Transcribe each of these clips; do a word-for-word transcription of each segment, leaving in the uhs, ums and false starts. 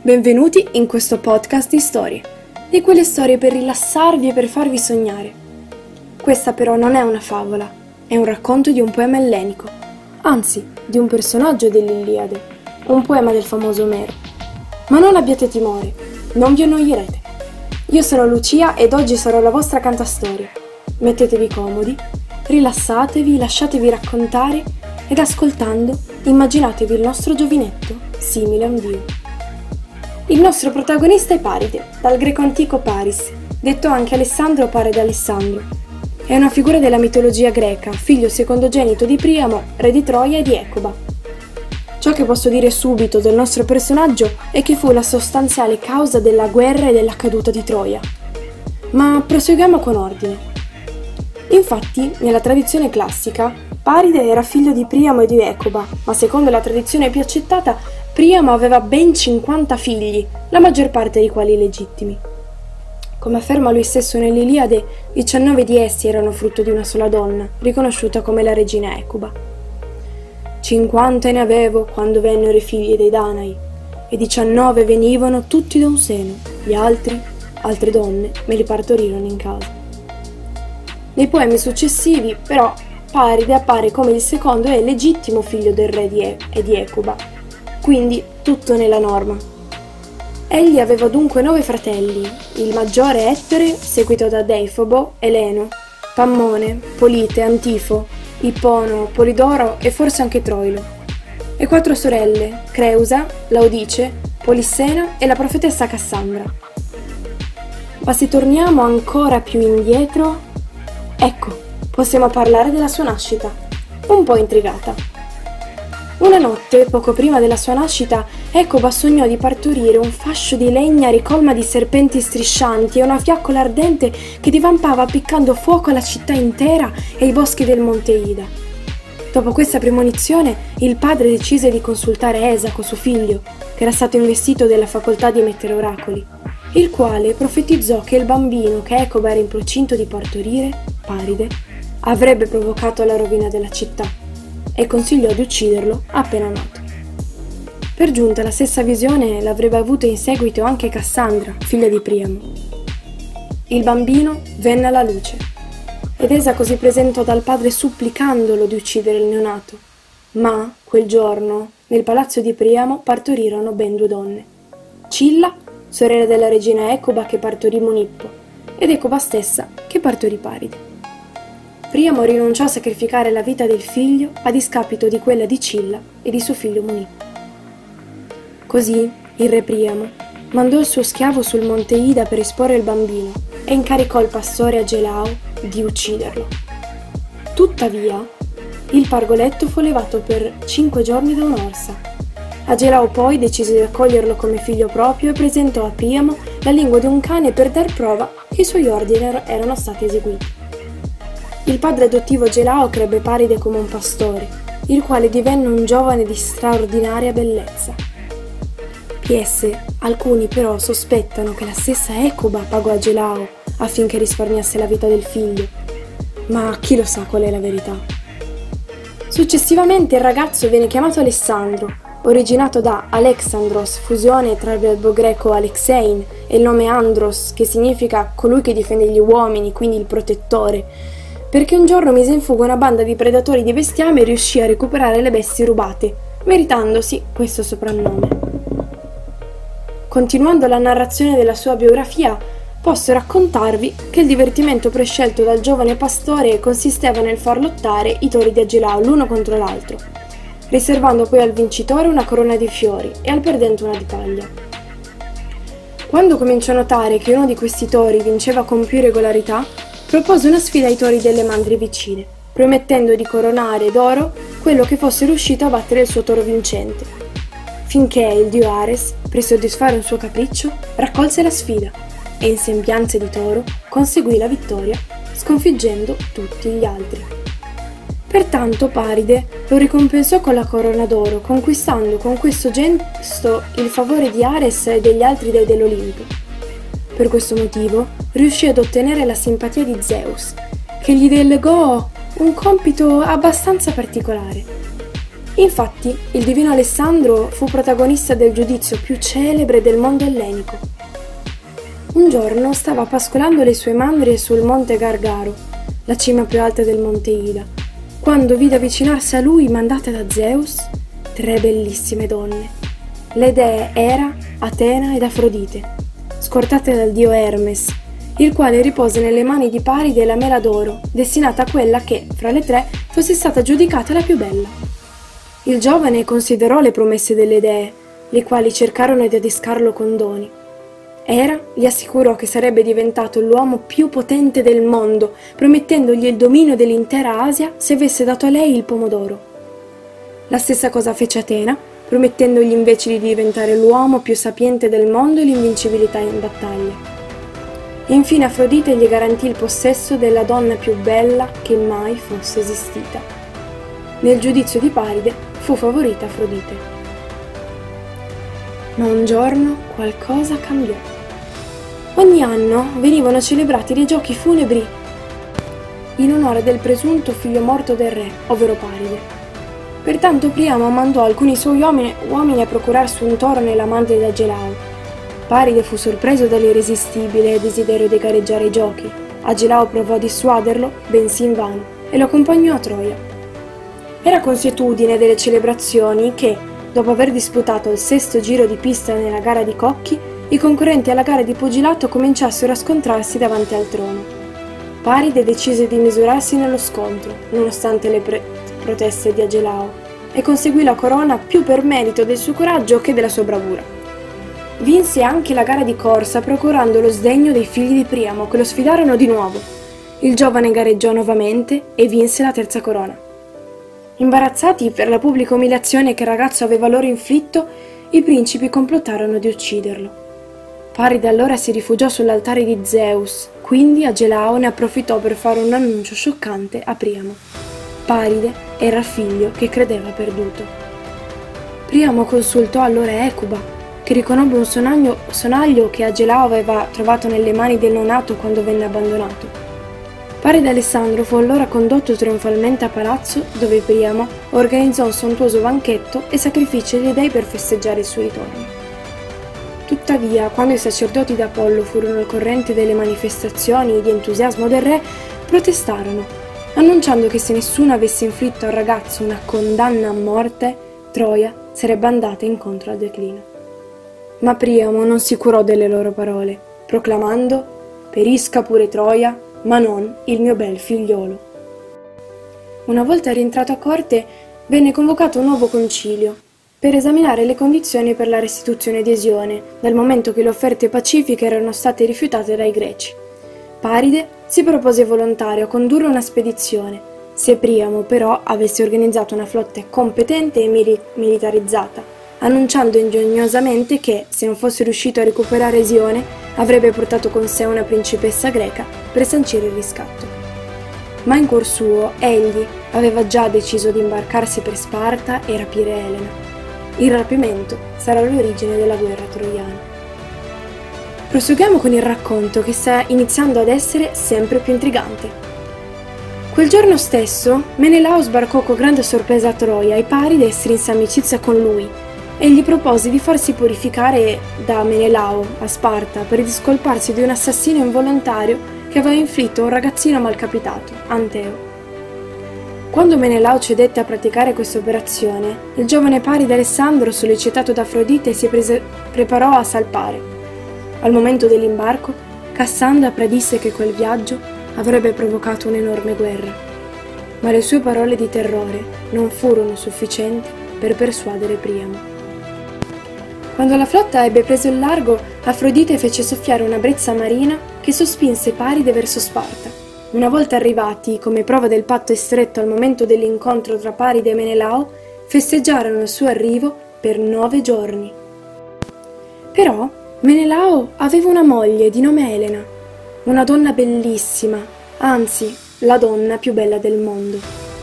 Benvenuti in questo podcast di storie, di quelle storie per rilassarvi e per farvi sognare. Questa però non è una favola, è un racconto di un poema ellenico, anzi di un personaggio dell'Iliade, un poema del famoso Omero. Ma non abbiate timore, non vi annoierete. Io sono Lucia ed oggi sarò la vostra cantastorie. Mettetevi comodi, rilassatevi, lasciatevi raccontare ed ascoltando immaginatevi il nostro giovinetto simile a un dio. Il nostro protagonista è Paride, dal greco antico Paris, detto anche Alessandro o Pare Alessandro. È una figura della mitologia greca, figlio secondogenito di Priamo, re di Troia e di Ecoba. Ciò che posso dire subito del nostro personaggio è che fu la sostanziale causa della guerra e della caduta di Troia. Ma proseguiamo con ordine. Infatti, nella tradizione classica, Paride era figlio di Priamo e di Ecoba, ma secondo la tradizione più accettata, Priamo aveva ben cinquanta figli, la maggior parte dei quali illegittimi. Come afferma lui stesso nell'Iliade, diciannove di essi erano frutto di una sola donna, riconosciuta come la regina Ecuba. Cinquanta ne avevo quando vennero i figli dei Danai, e diciannove venivano tutti da un seno, gli altri, altre donne, me li partorirono in casa. Nei poemi successivi, però, Paride appare come il secondo e legittimo figlio del re di e- e di Ecuba, quindi tutto nella norma. Egli aveva dunque nove fratelli, il maggiore Ettore, seguito da Deifobo, Eleno, Pammone, Polite, Antifo, Ippono, Polidoro e forse anche Troilo, e quattro sorelle, Creusa, Laodice, Polissena e la profetessa Cassandra. Ma se torniamo ancora più indietro, ecco, possiamo parlare della sua nascita, un po' intrigata. Una notte, poco prima della sua nascita, Ecoba sognò di partorire un fascio di legna ricolma di serpenti striscianti e una fiaccola ardente che divampava appiccando fuoco alla città intera e ai boschi del monte Ida. Dopo questa premonizione, il padre decise di consultare Esaco, suo figlio, che era stato investito della facoltà di emettere oracoli, il quale profetizzò che il bambino che Ecoba era in procinto di partorire, Paride, avrebbe provocato la rovina della città, e consigliò di ucciderlo appena nato. Per giunta la stessa visione l'avrebbe avuta in seguito anche Cassandra, figlia di Priamo. Il bambino venne alla luce, ed Esaco si presentò dal padre supplicandolo di uccidere il neonato, ma quel giorno nel palazzo di Priamo partorirono ben due donne: Cilla, sorella della regina Ecoba, che partorì Monippo, ed Ecoba stessa, che partorì Paride. Priamo rinunciò a sacrificare la vita del figlio a discapito di quella di Cilla e di suo figlio Monippo. Così il re Priamo mandò il suo schiavo sul monte Ida per esporre il bambino e incaricò il pastore Agelao di ucciderlo. Tuttavia, il pargoletto fu allevato per cinque giorni da un'orsa. Agelao poi decise di accoglierlo come figlio proprio e presentò a Priamo la lingua di un cane per dar prova che i suoi ordini erano stati eseguiti. Il padre adottivo Agelao crebbe Paride come un pastore, il quale divenne un giovane di straordinaria bellezza. P S Alcuni però sospettano che la stessa Ecoba pagò Agelao affinché risparmiasse la vita del figlio, ma chi lo sa qual è la verità. Successivamente il ragazzo viene chiamato Alessandro, originato da Alexandros, fusione tra il verbo greco Alexein e il nome Andros, che significa colui che difende gli uomini, quindi il protettore, perché un giorno mise in fuga una banda di predatori di bestiame e riuscì a recuperare le bestie rubate, meritandosi questo soprannome. Continuando la narrazione della sua biografia, posso raccontarvi che il divertimento prescelto dal giovane pastore consisteva nel far lottare i tori di Agelao l'uno contro l'altro, riservando poi al vincitore una corona di fiori e al perdente una di paglia. Quando cominciò a notare che uno di questi tori vinceva con più regolarità, propose una sfida ai tori delle mandrie vicine, promettendo di coronare d'oro quello che fosse riuscito a battere il suo toro vincente, finché il dio Ares, per soddisfare un suo capriccio, raccolse la sfida e in sembianze di toro conseguì la vittoria, sconfiggendo tutti gli altri. Pertanto Paride lo ricompensò con la corona d'oro, conquistando con questo gesto il favore di Ares e degli altri dei dell'Olimpo. Per questo motivo riuscì ad ottenere la simpatia di Zeus, che gli delegò un compito abbastanza particolare: Infatti, il divino Alessandro fu protagonista del giudizio più celebre del mondo ellenico. Un giorno stava pascolando le sue mandrie sul monte Gargaro, la cima più alta del monte Ida, quando vide avvicinarsi a lui, mandate da Zeus, tre bellissime donne. Le dee Era, Atena ed Afrodite, scortate dal dio Hermes, il quale ripose nelle mani di Paride la mela d'oro, destinata a quella che, fra le tre, fosse stata giudicata la più bella. Il giovane considerò le promesse delle dee, le quali cercarono di adescarlo con doni. Era gli assicurò che sarebbe diventato l'uomo più potente del mondo, promettendogli il dominio dell'intera Asia se avesse dato a lei il pomodoro. La stessa cosa fece Atena, promettendogli invece di diventare l'uomo più sapiente del mondo e l'invincibilità in battaglia. Infine Afrodite gli garantì il possesso della donna più bella che mai fosse esistita. Nel giudizio di Paride fu favorita Afrodite. Ma un giorno qualcosa cambiò. Ogni anno venivano celebrati dei giochi funebri in onore del presunto figlio morto del re, ovvero Paride. Pertanto Priamo mandò alcuni suoi uomini, uomini a procurarsi un toro nella mandria di Agelao. Paride fu sorpreso dall'irresistibile desiderio di gareggiare ai giochi. Agelao provò a dissuaderlo, bensì invano, e lo accompagnò a Troia. Era consuetudine delle celebrazioni che, dopo aver disputato il sesto giro di pista nella gara di cocchi, i concorrenti alla gara di pugilato cominciassero a scontrarsi davanti al trono. Paride decise di misurarsi nello scontro, nonostante le pre- proteste di Agelao, e conseguì la corona più per merito del suo coraggio che della sua bravura. Vinse anche la gara di corsa, procurando lo sdegno dei figli di Priamo, che lo sfidarono di nuovo. Il giovane gareggiò nuovamente e vinse la terza corona. Imbarazzati per la pubblica umiliazione che il ragazzo aveva loro inflitto, i principi complottarono di ucciderlo. Paride allora si rifugiò sull'altare di Zeus, quindi Agelao ne approfittò per fare un annuncio scioccante a Priamo. Paride era il figlio che credeva perduto. Priamo consultò allora Ecuba, che riconobbe un sonaglio, sonaglio che Agelao aveva trovato nelle mani del neonato quando venne abbandonato. Paride Alessandro fu allora condotto trionfalmente a palazzo, dove Priamo organizzò un sontuoso banchetto e sacrifici agli dei per festeggiare il suo ritorno. Tuttavia, quando i sacerdoti d'Apollo furono al corrente delle manifestazioni di entusiasmo del re, protestarono, annunciando che se nessuno avesse inflitto al ragazzo una condanna a morte, Troia sarebbe andata incontro al declino. Ma Priamo non si curò delle loro parole, proclamando: «Perisca pure Troia, ma non il mio bel figliolo». Una volta rientrato a corte, venne convocato un nuovo concilio per esaminare le condizioni per la restituzione di Esione, dal momento che le offerte pacifiche erano state rifiutate dai greci. Paride si propose volontario a condurre una spedizione, se Priamo però avesse organizzato una flotta competente e mili- militarizzata, annunciando ingegnosamente che, se non fosse riuscito a recuperare Esione, avrebbe portato con sé una principessa greca per sancire il riscatto. Ma in cuor suo egli aveva già deciso di imbarcarsi per Sparta e rapire Elena. Il rapimento sarà l'origine della guerra troiana. Proseguiamo con il racconto, che sta iniziando ad essere sempre più intrigante. Quel giorno stesso Menelao sbarcò con grande sorpresa a Troia e Paride strinse amicizia con lui e gli propose di farsi purificare da Menelao a Sparta per discolparsi di un assassino involontario che aveva inflitto a un ragazzino malcapitato, Anteo. Quando Menelao cedette a praticare questa operazione, il giovane Paride Alessandro, sollecitato da Afrodite, si prese, preparò a salpare. Al momento dell'imbarco, Cassandra predisse che quel viaggio avrebbe provocato un'enorme guerra, ma le sue parole di terrore non furono sufficienti per persuadere Priamo. Quando la flotta ebbe preso il largo, Afrodite fece soffiare una brezza marina che sospinse Paride verso Sparta. Una volta arrivati, come prova del patto stretto al momento dell'incontro tra Paride e Menelao, festeggiarono il suo arrivo per nove giorni. Però Menelao aveva una moglie di nome Elena, una donna bellissima, anzi, la donna più bella del mondo.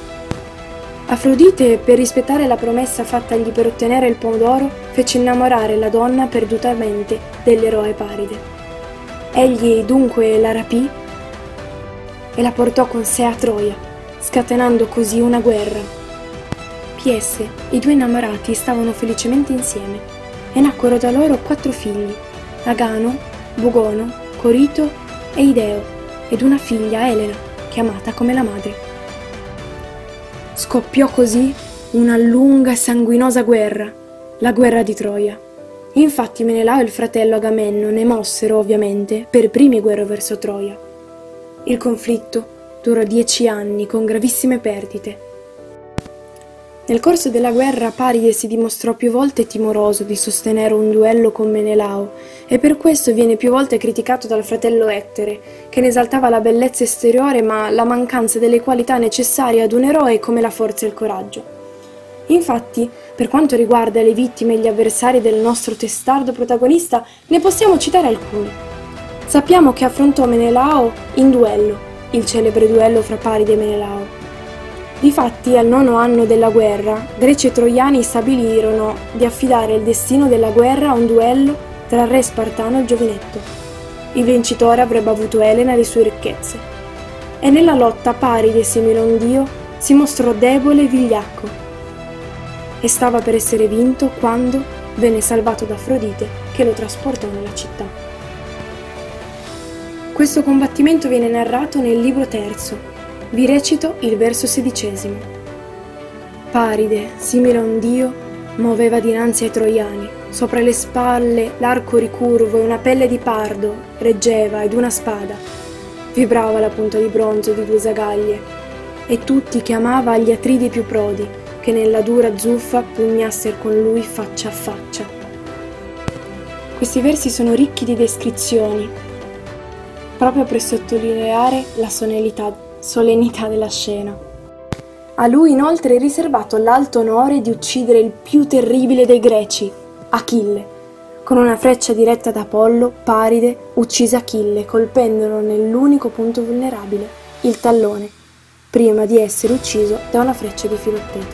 Afrodite, per rispettare la promessa fattagli per ottenere il pomodoro, fece innamorare la donna perdutamente dell'eroe Paride. Egli dunque la rapì e la portò con sé a Troia, scatenando così una guerra sapiesse, i due innamorati stavano felicemente insieme e nacquero da loro quattro figli: Agano, Bugono, Corito e Ideo, ed una figlia, Elena, chiamata come la madre. Scoppiò così una lunga e sanguinosa guerra, la guerra di Troia. Infatti Menelao e il fratello Agamennone mossero, ovviamente, per primi guerra verso Troia. Il conflitto durò dieci anni con gravissime perdite. Nel corso della guerra Paride si dimostrò più volte timoroso di sostenere un duello con Menelao e per questo viene più volte criticato dal fratello Ettere, che ne esaltava la bellezza esteriore ma la mancanza delle qualità necessarie ad un eroe come la forza e il coraggio. Infatti, per quanto riguarda le vittime e gli avversari del nostro testardo protagonista, ne possiamo citare alcuni. Sappiamo che affrontò Menelao in duello, il celebre duello fra Paride e Menelao. Difatti, al nono anno della guerra, Greci e Troiani stabilirono di affidare il destino della guerra a un duello tra il re spartano e il giovinetto. Il vincitore avrebbe avuto Elena e le sue ricchezze. E nella lotta Paride, simile a un dio, si mostrò debole e vigliacco. E stava per essere vinto quando venne salvato da Afrodite, che lo trasportò nella città. Questo combattimento viene narrato nel libro terzo. Vi recito il verso sedicesimo. Paride, simile a un dio, muoveva dinanzi ai troiani. Sopra le spalle l'arco ricurvo e una pelle di pardo reggeva ed una spada. Vibrava la punta di bronzo di due sagaglie. E tutti chiamava agli atridi più prodi, che nella dura zuffa pugnassero con lui faccia a faccia. Questi versi sono ricchi di descrizioni, proprio per sottolineare la solennità, solennità della scena. A lui inoltre è riservato l'alto onore di uccidere il più terribile dei greci, Achille. Con una freccia diretta da Apollo, Paride uccise Achille colpendolo nell'unico punto vulnerabile, il tallone, prima di essere ucciso da una freccia di Filottete.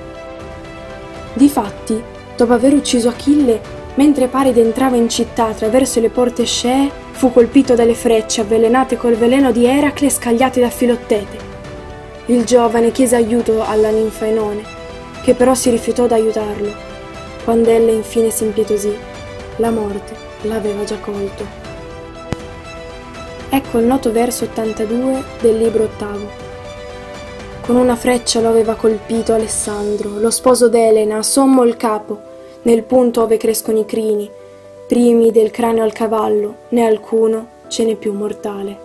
Difatti, dopo aver ucciso Achille, mentre Paride entrava in città attraverso le porte scee, fu colpito dalle frecce avvelenate col veleno di Eracle scagliate da Filottete. Il giovane chiese aiuto alla ninfa Enone, che però si rifiutò di aiutarlo. Quando ella infine si impietosì, la morte l'aveva già colto. Ecco il noto verso ottantadue del libro ottavo. Con una freccia lo aveva colpito Alessandro, lo sposo d'Elena, sommo il capo, nel punto ove crescono i crini, primi del cranio al cavallo, né alcuno ce n'è più mortale.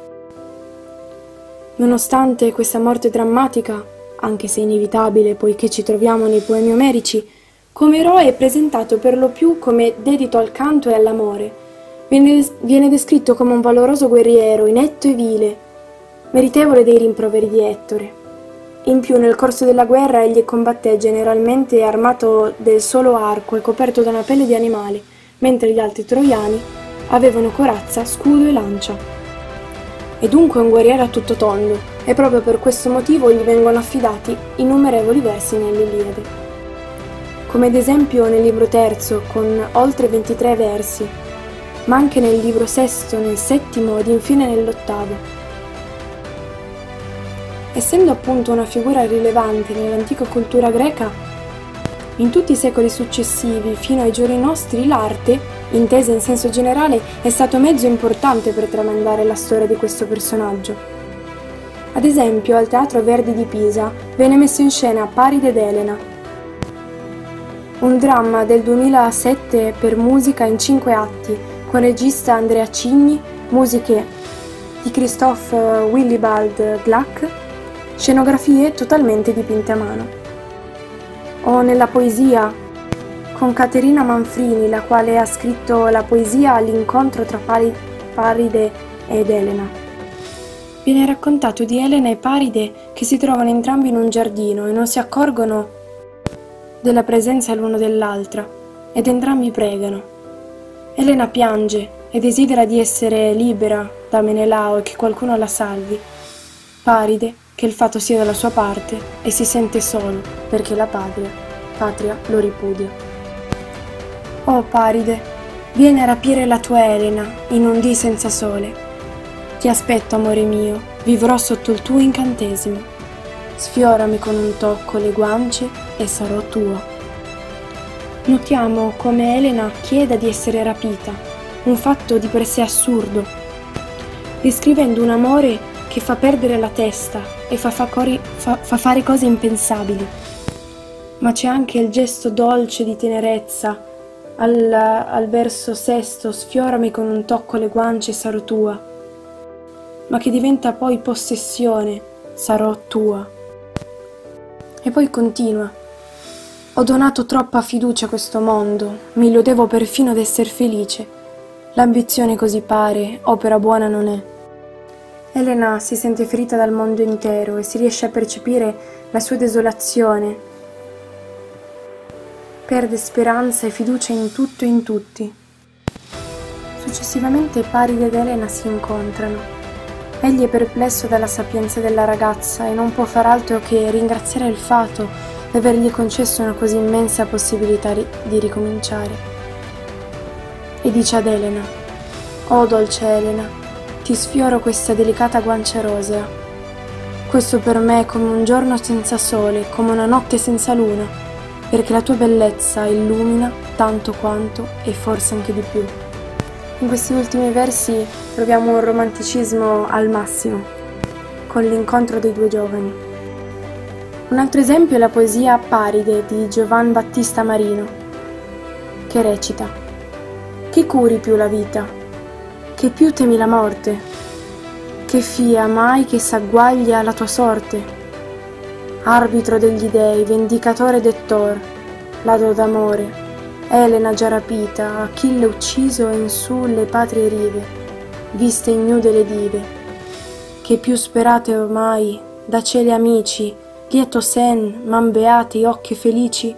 Nonostante questa morte drammatica, anche se inevitabile poiché ci troviamo nei poemi omerici, come eroe è presentato per lo più come dedito al canto e all'amore. Viene, viene descritto come un valoroso guerriero, inetto e vile, meritevole dei rimproveri di Ettore. In più, nel corso della guerra egli combatté generalmente armato del solo arco e coperto da una pelle di animale, mentre gli altri troiani avevano corazza, scudo e lancia. È dunque un guerriero a tutto tondo, e proprio per questo motivo gli vengono affidati innumerevoli versi nell'Iliade. Come ad esempio nel libro terzo, con oltre ventitré versi, ma anche nel libro sesto, nel settimo ed infine nell'ottavo. Essendo appunto una figura rilevante nell'antica cultura greca, in tutti i secoli successivi fino ai giorni nostri l'arte, intesa in senso generale, è stato mezzo importante per tramandare la storia di questo personaggio. Ad esempio, al Teatro Verdi di Pisa venne messo in scena Paride ed Elena, un dramma del duemilasette per musica in cinque atti, con regista Andrea Cigni, musiche di Christoph Willibald Gluck, scenografie totalmente dipinte a mano. O nella poesia, con Caterina Manfrini, la quale ha scritto la poesia all'incontro tra Paride ed Elena. Viene raccontato di Elena e Paride che si trovano entrambi in un giardino e non si accorgono della presenza l'uno dell'altra, ed entrambi pregano. Elena piange e desidera di essere libera da Menelao e che qualcuno la salvi. Paride che il fatto sia dalla sua parte e si sente solo perché la patria, patria lo ripudia. Oh Paride, vieni a rapire la tua Elena in un dì senza sole. Ti aspetto, amore mio, vivrò sotto il tuo incantesimo. Sfiorami con un tocco le guance e sarò tua. Notiamo come Elena chieda di essere rapita, un fatto di per sé assurdo, descrivendo un amore che fa perdere la testa e fa, fa, cori, fa, fa fare cose impensabili. Ma c'è anche il gesto dolce di tenerezza al, al verso sesto, sfiorami con un tocco le guance e sarò tua, ma che diventa poi possessione, sarò tua. E poi continua: ho donato troppa fiducia a questo mondo, mi illudevo perfino d'esser felice. L'ambizione così pare, opera buona non è. Elena si sente ferita dal mondo intero e si riesce a percepire la sua desolazione. Perde speranza e fiducia in tutto e in tutti. Successivamente Paride ed Elena si incontrano. Egli è perplesso dalla sapienza della ragazza e non può far altro che ringraziare il fato di avergli concesso una così immensa possibilità di ricominciare. E dice ad Elena: «Oh dolce Elena, ti sfioro questa delicata guancia rosea. Questo per me è come un giorno senza sole, come una notte senza luna, perché la tua bellezza illumina tanto quanto e forse anche di più». In questi ultimi versi troviamo un romanticismo al massimo, con l'incontro dei due giovani. Un altro esempio è la poesia Paride di Giovan Battista Marino, che recita: «Che curi più la vita? Che più temi la morte? Che fia mai che s'agguaglia la tua sorte? Arbitro degli dei, vendicatore dettor, ladro d'amore, Elena già rapita, Achille ucciso e in su le patrie rive, viste ignude le dive, che più sperate ormai, da cieli amici, lieto sen, man beati, occhi felici».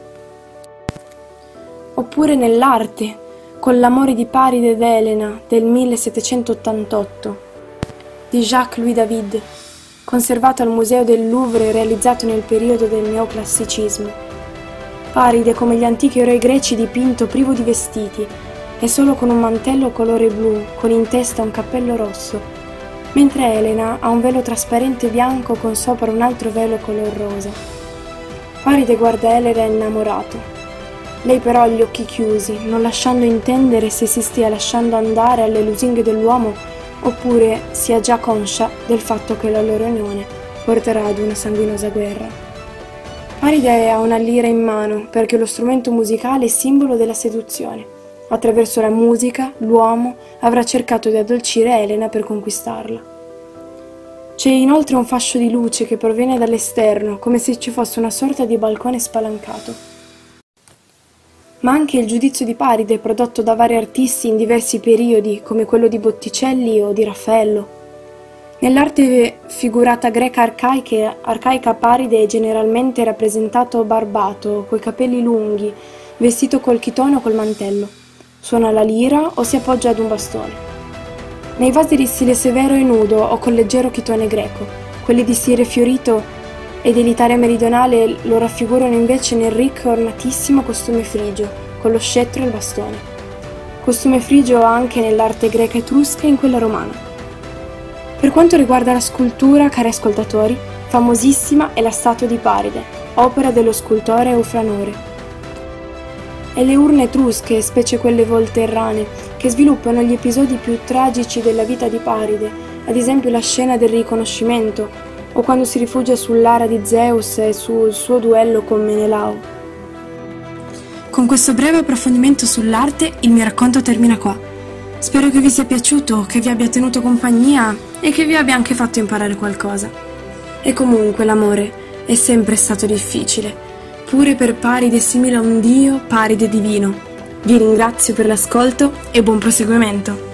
Oppure nell'arte, con l'amore di Paride ed Elena del millesettecentottantotto, di Jacques-Louis David, conservato al Museo del Louvre e realizzato nel periodo del neoclassicismo. Paride, come gli antichi eroi greci, dipinto privo di vestiti e solo con un mantello colore blu, con in testa un cappello rosso, mentre Elena ha un velo trasparente bianco con sopra un altro velo color rosa. Paride guarda Elena innamorato. Lei però ha gli occhi chiusi, non lasciando intendere se si stia lasciando andare alle lusinghe dell'uomo oppure sia già conscia del fatto che la loro unione porterà ad una sanguinosa guerra. Paride ha una lira in mano perché lo strumento musicale è simbolo della seduzione. Attraverso la musica, l'uomo avrà cercato di addolcire Elena per conquistarla. C'è inoltre un fascio di luce che proviene dall'esterno, come se ci fosse una sorta di balcone spalancato. Ma anche il giudizio di Paride, prodotto da vari artisti in diversi periodi, come quello di Botticelli o di Raffaello. Nell'arte figurata greca arcaica, arcaica Paride è generalmente rappresentato barbato, coi capelli lunghi, vestito col chitone o col mantello. Suona la lira o si appoggia ad un bastone. Nei vasi di stile severo e nudo o col leggero chitone greco, quelli di stile fiorito e dell'Italia meridionale lo raffigurano invece nel ricco e ornatissimo costume frigio, con lo scettro e il bastone. Costume frigio anche nell'arte greca etrusca e in quella romana. Per quanto riguarda la scultura, cari ascoltatori, famosissima è la statua di Paride, opera dello scultore Eufranore. E le urne etrusche, specie quelle volterrane, che sviluppano gli episodi più tragici della vita di Paride, ad esempio la scena del riconoscimento, o quando si rifugia sull'ara di Zeus e sul suo duello con Menelao. Con questo breve approfondimento sull'arte, il mio racconto termina qua. Spero che vi sia piaciuto, che vi abbia tenuto compagnia e che vi abbia anche fatto imparare qualcosa. E comunque l'amore è sempre stato difficile, pure per Paride simile a un dio, Paride divino. Vi ringrazio per l'ascolto e buon proseguimento.